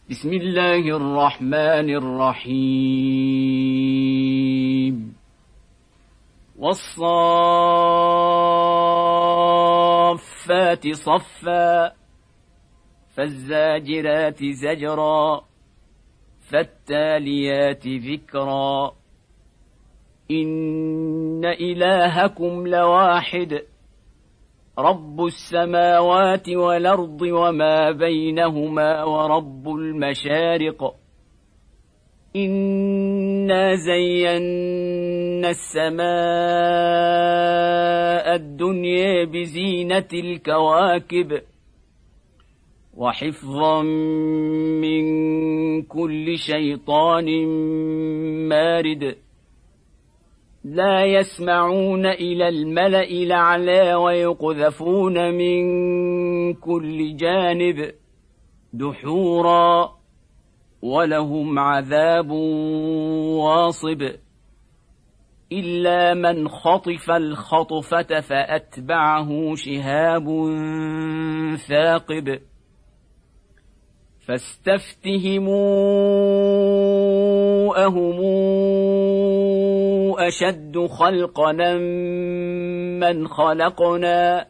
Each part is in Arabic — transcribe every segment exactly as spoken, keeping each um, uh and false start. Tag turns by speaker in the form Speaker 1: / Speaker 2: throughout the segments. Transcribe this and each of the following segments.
Speaker 1: بسم الله الرحمن الرحيم والصافات صفا فالزاجرات زجرا فالتاليات ذكرا إن إلهكم لواحد رب السماوات والأرض وما بينهما ورب المشارق إنا زينا السماء الدنيا بزينة الكواكب وحفظا من كل شيطان مارد لا يسمعون إلى الملأ الأعلى ويقذفون من كل جانب دحورا ولهم عذاب واصب إلا من خطف الخطفة فأتبعه شهاب ثاقب فاستفتهموا أهم أشد خلقنا من خلقنا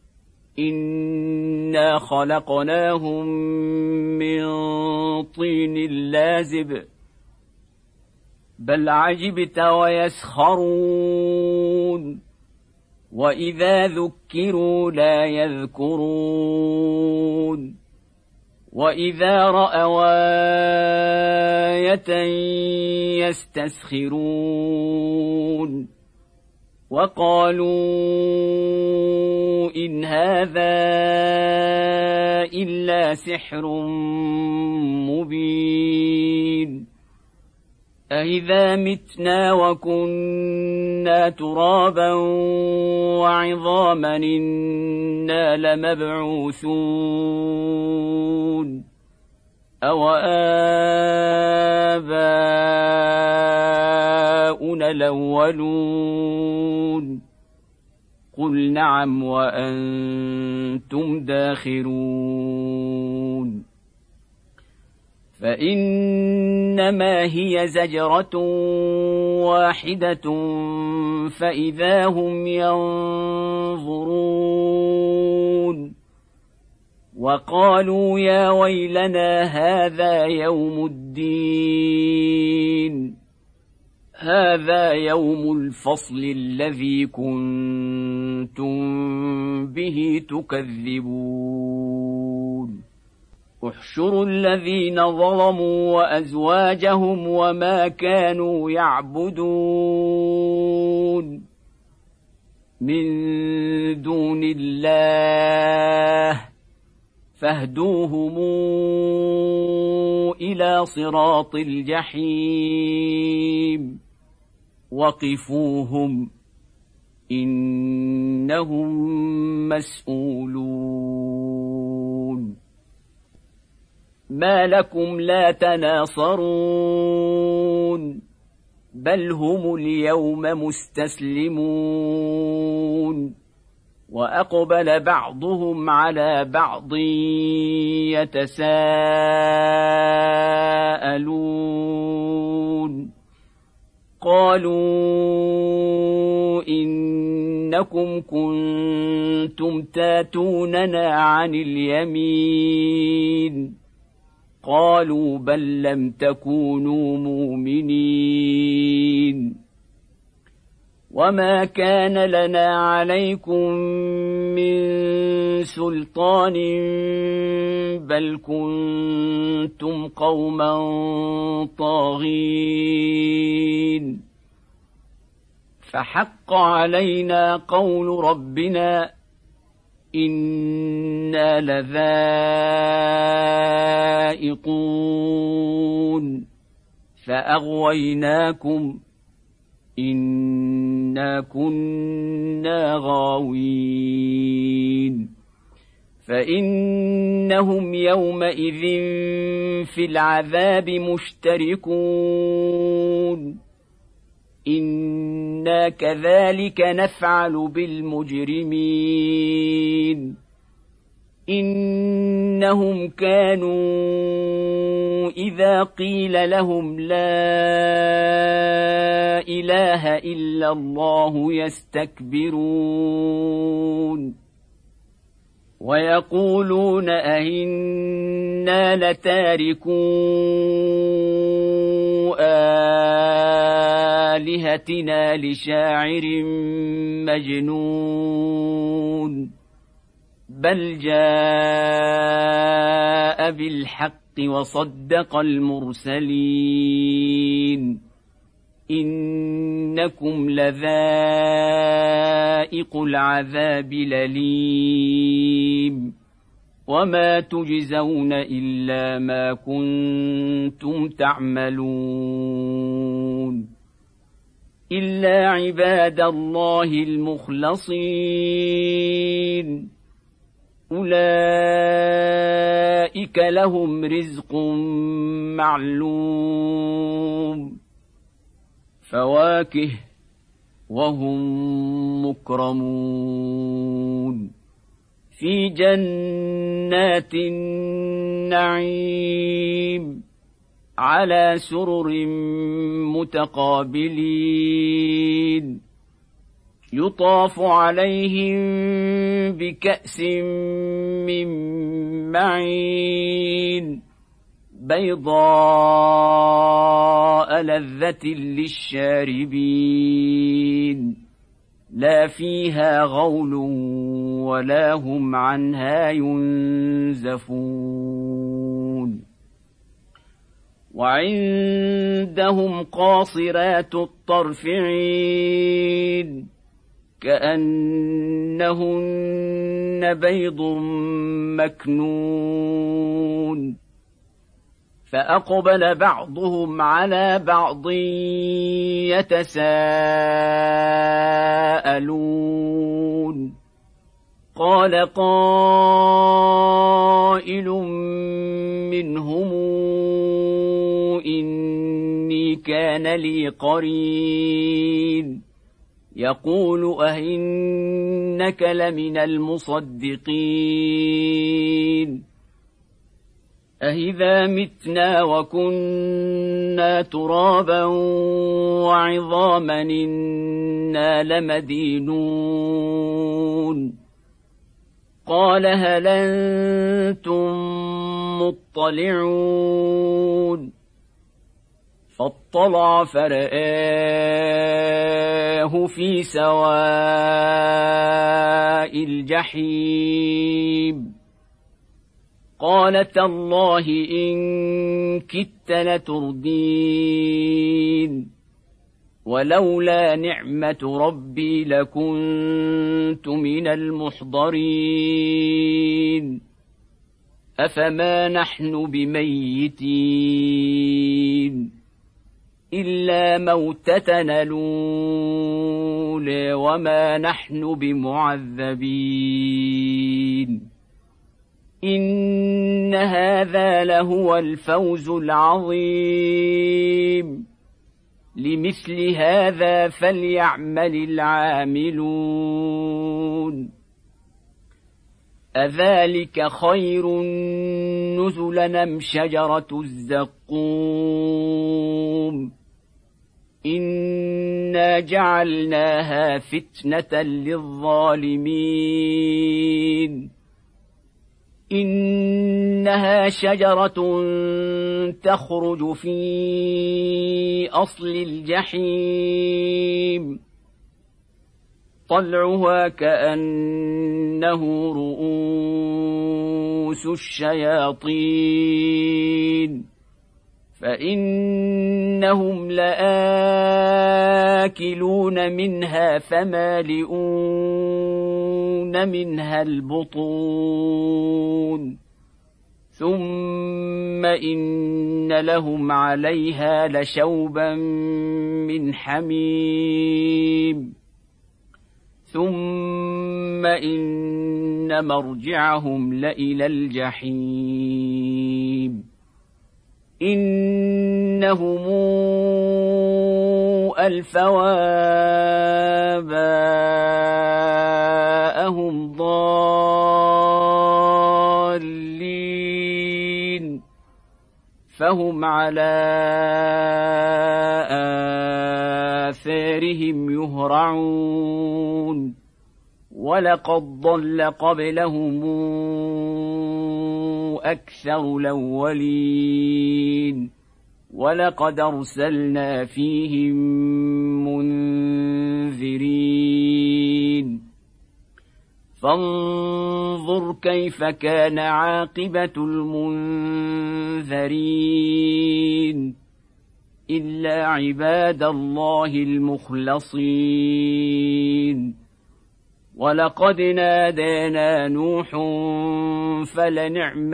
Speaker 1: إنا خلقناهم من طين لازب بل عجبت ويسخرون وإذا ذكروا لا يذكرون وإذا رأوا آية يستسخرون وقالوا إن هذا إلا سحر مبين أإذا متنا وكنا ترابا وعظاما إنا لمبعوثون أو آباؤنا الأولون قل نعم وأنتم داخرون فإنما هي زجرة واحدة فإذا هم ينظرون وقالوا يا ويلنا هذا يوم الدين هذا يوم الفصل الذي كنتم به تكذبون احشروا الذين ظلموا وأزواجهم وما كانوا يعبدون من دون الله فاهدوهم إلى صراط الجحيم وقفوهم إنهم مسؤولون ما لكم لا تناصرون بل هم اليوم مستسلمون وأقبل بعضهم على بعض يتساءلون قالوا إنكم كنتم تاتوننا عن اليمين قالوا بل لم تكونوا مؤمنين وما كان لنا عليكم من سلطان بل كنتم قوما طاغين فحق علينا قول ربنا إنا لذائقون فأغويناكم إنا كنا غاوين فإنهم يومئذ في العذاب مشتركون إنا كذلك نفعل بالمجرمين إنهم كانوا إذا قيل لهم لا إله إلا الله يستكبرون ويقولون أئنا لتاركو آلهتنا لشاعر مجنون بل جاء بالحق وصدق المرسلين إنكم لذائق العذاب الأليم وما تجزون إلا ما كنتم تعملون إلا عباد الله المخلصين أولئك لهم رزق معلوم فواكه وهم مكرمون في جنات النعيم على سرر متقابلين يطاف عليهم بكأس من معين بيضاء لذة للشاربين لا فيها غول ولا هم عنها ينزفون وعندهم قاصرات الطرف عين كأنهن بيض مكنون فأقبل بعضهم على بعض يتساءلون قال قائل منهم إني كان لي قرين يقول أئنك لمن المصدقين أإذا متنا وكنا ترابا وعظاما إنا لمدينون قال هل أنتم مطلعون فاطلع فرآه في سواء الجحيم قال تالله إن كدت لتردين ولولا نعمة ربي لكنت من المحضرين أفما نحن بميتين إلا موتتنا الأولى وما نحن بمعذبين إن هذا لهو الفوز العظيم لمثل هذا فليعمل العاملون أذلك خير نزلا أم شجرة الزقوم إنا جعلناها فتنة للظالمين إنها شجرة تخرج في أصل الجحيم طلعها كأنه رؤوس الشياطين فإنهم لآكلون منها فمالئون منها البطون ثم إن لهم عليها لشوبا من حميم ثم إن مرجعهم لإلى الجحيم إنهم ألفوا آباءهم ضالين فهم على آثارهم يهرعون ولقد ضل قبلهم أكثر الأولين ولقد أرسلنا فيهم منذرين فانظر كيف كان عاقبة المنذرين إلا عباد الله المخلصين ولقد نادانا نوح فلنعم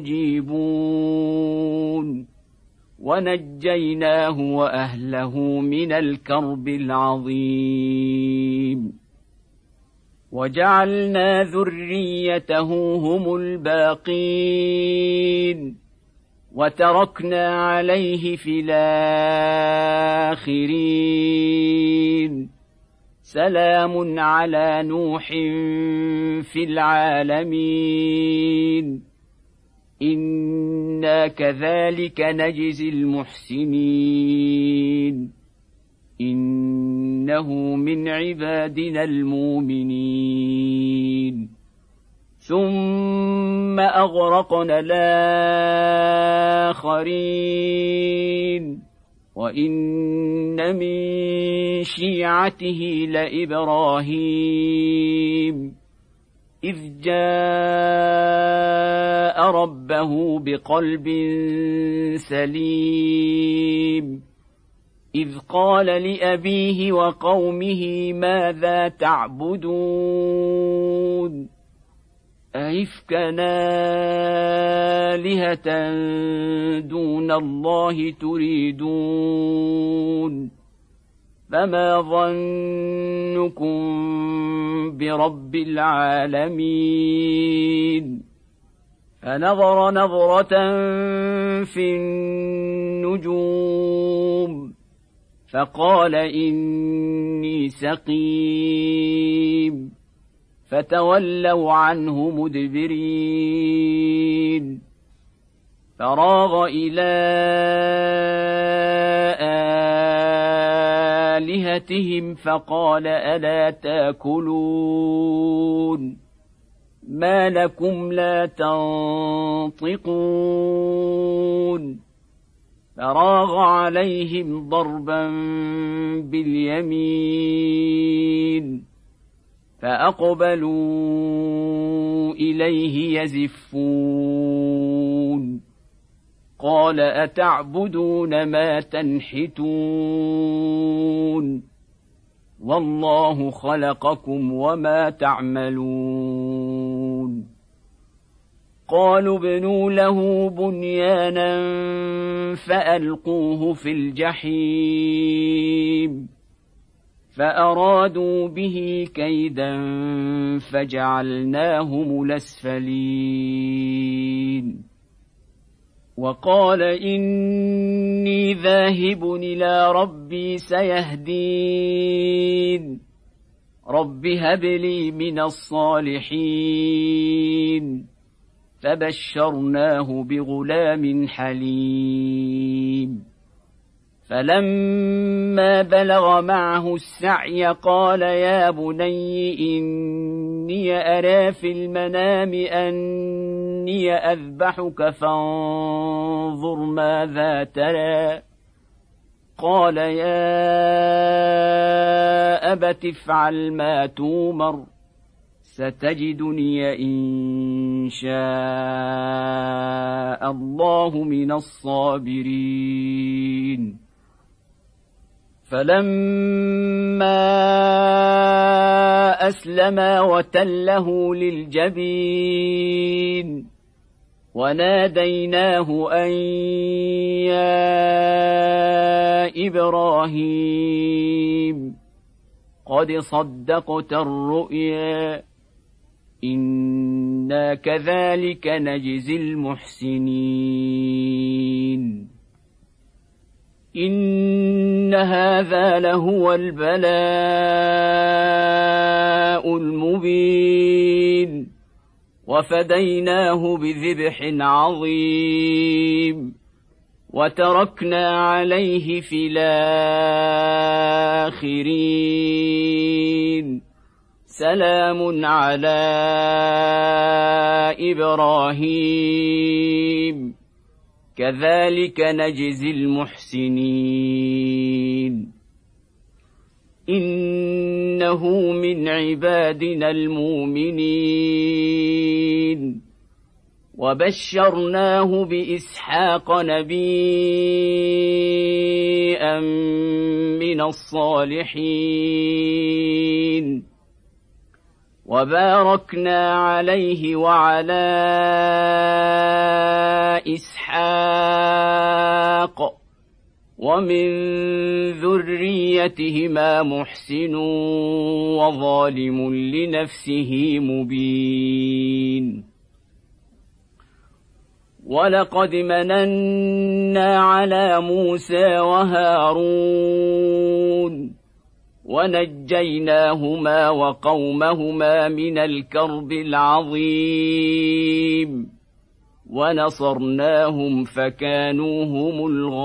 Speaker 1: المجيبون ونجيناه وأهله من الكرب العظيم وجعلنا ذريته هم الباقين وتركنا عليه في الآخرين سلام على نوح في العالمين إنا كذلك نجزي المحسنين إنه من عبادنا المؤمنين ثم أغرقنا الآخرين وإن من شيعته لإبراهيم إذ جاء ربه بقلب سليم إذ قال لأبيه وقومه ماذا تعبدون أئفكا آلهة دون الله تريدون فما ظنكم برب العالمين فنظر نظرة في النجوم فقال إني سقيم فتولوا عنه مدبرين فراغ إلى آلهتهم فقال ألا تأكلون ما لكم لا تنطقون فراغ عليهم ضربا باليمين فأقبلوا إليه يزفون قال أتعبدون ما تنحتون والله خلقكم وما تعملون قالوا ابنوا له بنيانا فألقوه في الجحيم فأرادوا به كيدا فجعلناهم الأسفلين وقال إني ذاهب إلى ربي سيهدين رب هب لي من الصالحين فبشرناه بغلام حليم فلما بلغ معه السعي قال يا بني إني أرى في المنام أني أذبحك فانظر ماذا ترى قال يا أبت افعل ما تومر ستجدني إن شاء الله من الصابرين فلما أسلما وتله للجبين وناديناه أن يا إبراهيم قد صدقت الرؤيا إنا كذلك نجزي المحسنين إن هذا لهو البلاء المبين وفديناه بذبح عظيم وتركنا عليه في الآخرين سلام على إبراهيم كذلك نجزي المحسنين إنه من عبادنا المؤمنين وبشرناه بإسحاق نبيا من الصالحين وباركنا عليه وعلى إسحاق ومن ذريتهما محسن وظالم لنفسه مبين ولقد مننا على موسى وهارون ونجيناهما وقومهما من الكرب العظيم ونصرناهم فكانوا هم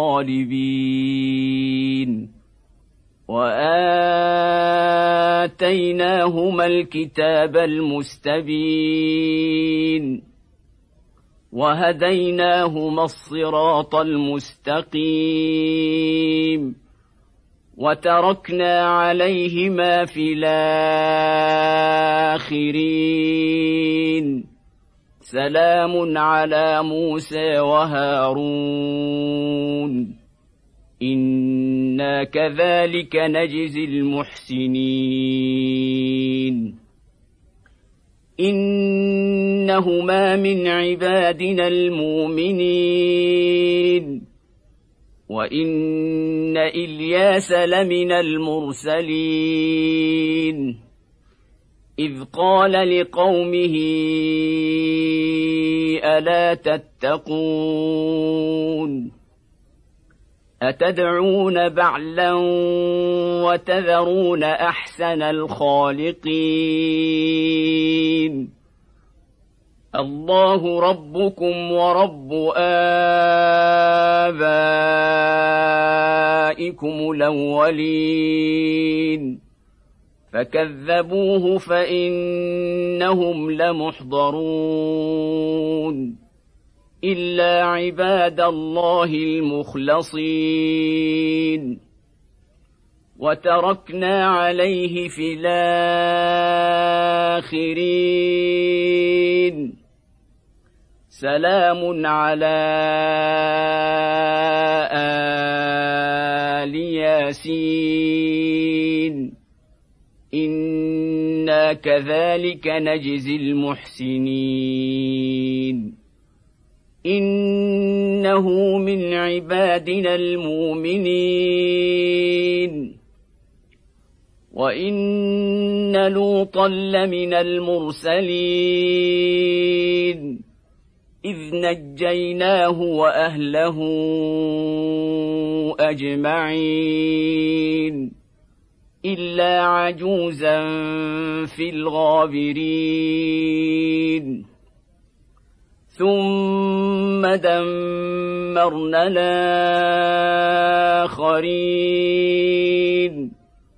Speaker 1: الغالبين وآتيناهما الكتاب المستبين وهديناهما الصراط المستقيم وتركنا عليهما في الآخرين سلام على موسى وهارون إنا كذلك نجزي المحسنين إنهما من عبادنا المؤمنين وإن إلياس لمن المرسلين إذ قال لقومه ألا تتقون أتدعون بعلا وتذرون أحسن الخالقين الله ربكم ورب آبائكم الأولين فكذبوه فإنهم لمحضرون إلا عباد الله المخلصين وتركنا عليه في الآخرين سلام على آل ياسين إنا كذلك نجزي المحسنين إنه من عبادنا المؤمنين وإن لوطا لمن المرسلين إذ نجيناه وأهله أجمعين إلا عجوزا في الغابرين ثم دمرنا الآخرين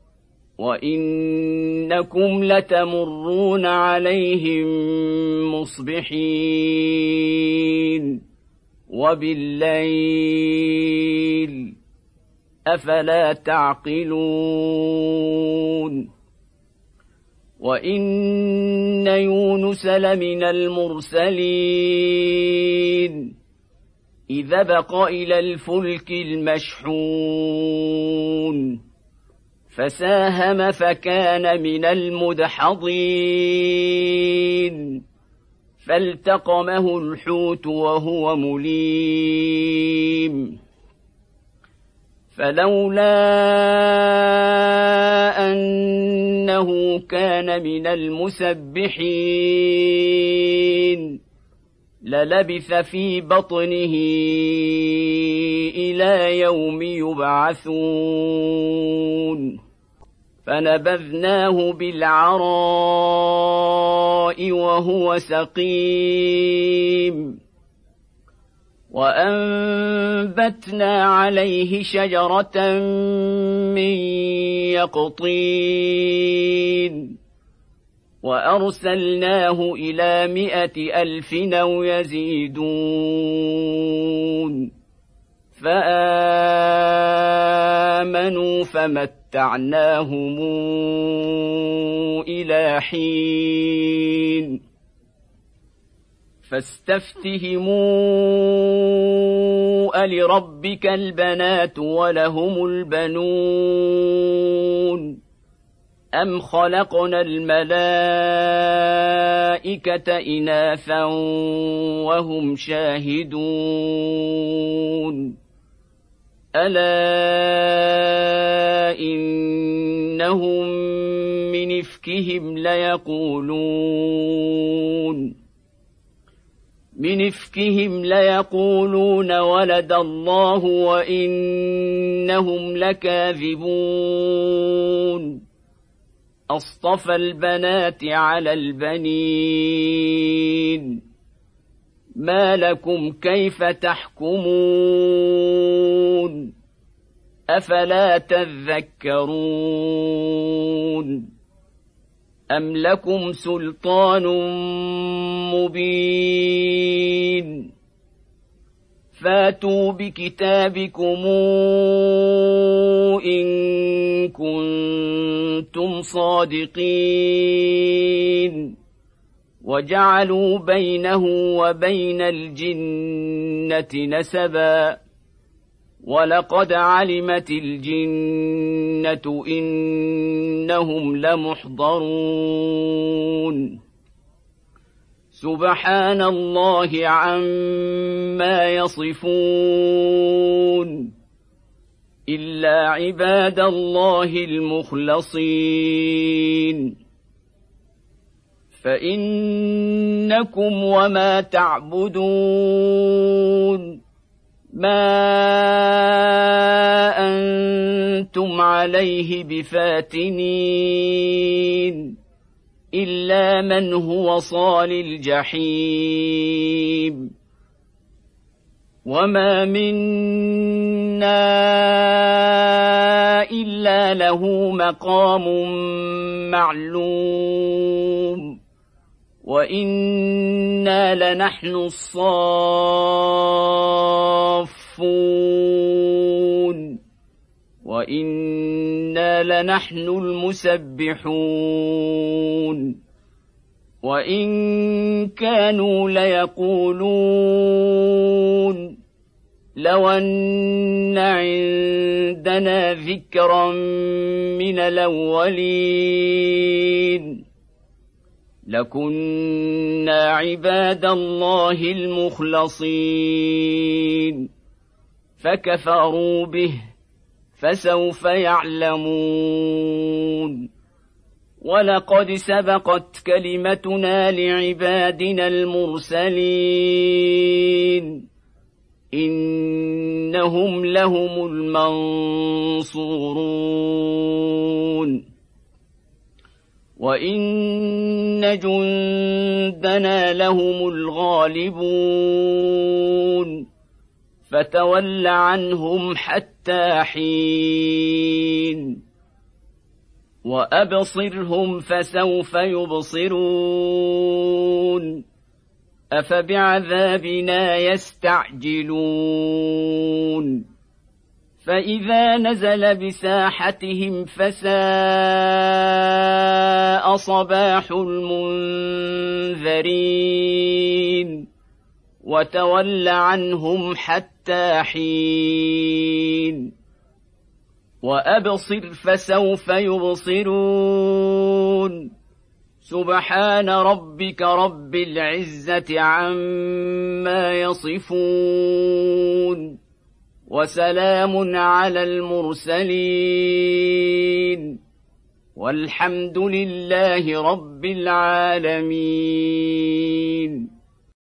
Speaker 1: وإنكم لتمرون عليهم مصبحين وبالليل أفلا تعقلون وإن يونس لمن المرسلين إذ أبق إلى الفلك المشحون فساهم فكان من المدحضين فالتقمه الحوت وهو مليم فلولا أنه كان من المسبحين للبث في بطنه إلى يوم يبعثون فنبذناه بالعراء وهو سقيم وأنبتنا عليه شجرة من يقطين وأرسلناه إلى مائة ألف أو يزيدون فآمنوا فمتعناهم إلى حين فاستفتهموا ألربك البنات ولهم البنون أم خلقنا الملائكة إناثا وهم شاهدون ألا إنهم من إفكهم ليقولون من إفكهم ليقولون ولد الله وإنهم لكاذبون أصطفى البنات على البنين ما لكم كيف تحكمون أفلا تذكرون أم لكم سلطان مبين فاتوا بكتابكم إن كنتم صادقين وجعلوا بينه وبين الجنة نسبا ولقد علمت الجنة إنهم لمحضرون سبحان الله عما يصفون إلا عباد الله المخلصين فإنكم وما تعبدون ما أنتم عليه بفاتنين إلا من هو صال الجحيم وما منا إلا له مقام معلوم وإنا لنحن الصافون وإنا لنحن المسبحون وإن كانوا ليقولون لو أن عندنا ذكرا من الأولين لكنا عباد الله المخلصين فكفروا به فسوف يعلمون ولقد سبقت كلمتنا لعبادنا المرسلين إنهم لهم المنصورون وإن جندنا لهم الغالبون فتول عنهم حتى حين وأبصرهم فسوف يبصرون أفبعذابنا يستعجلون فإذا نزل بساحتهم فساء صباح المنذرين وتول عنهم حتى حين وأبصر فسوف يبصرون سبحان ربك رب العزة عما يصفون وسلام على المرسلين والحمد لله رب العالمين.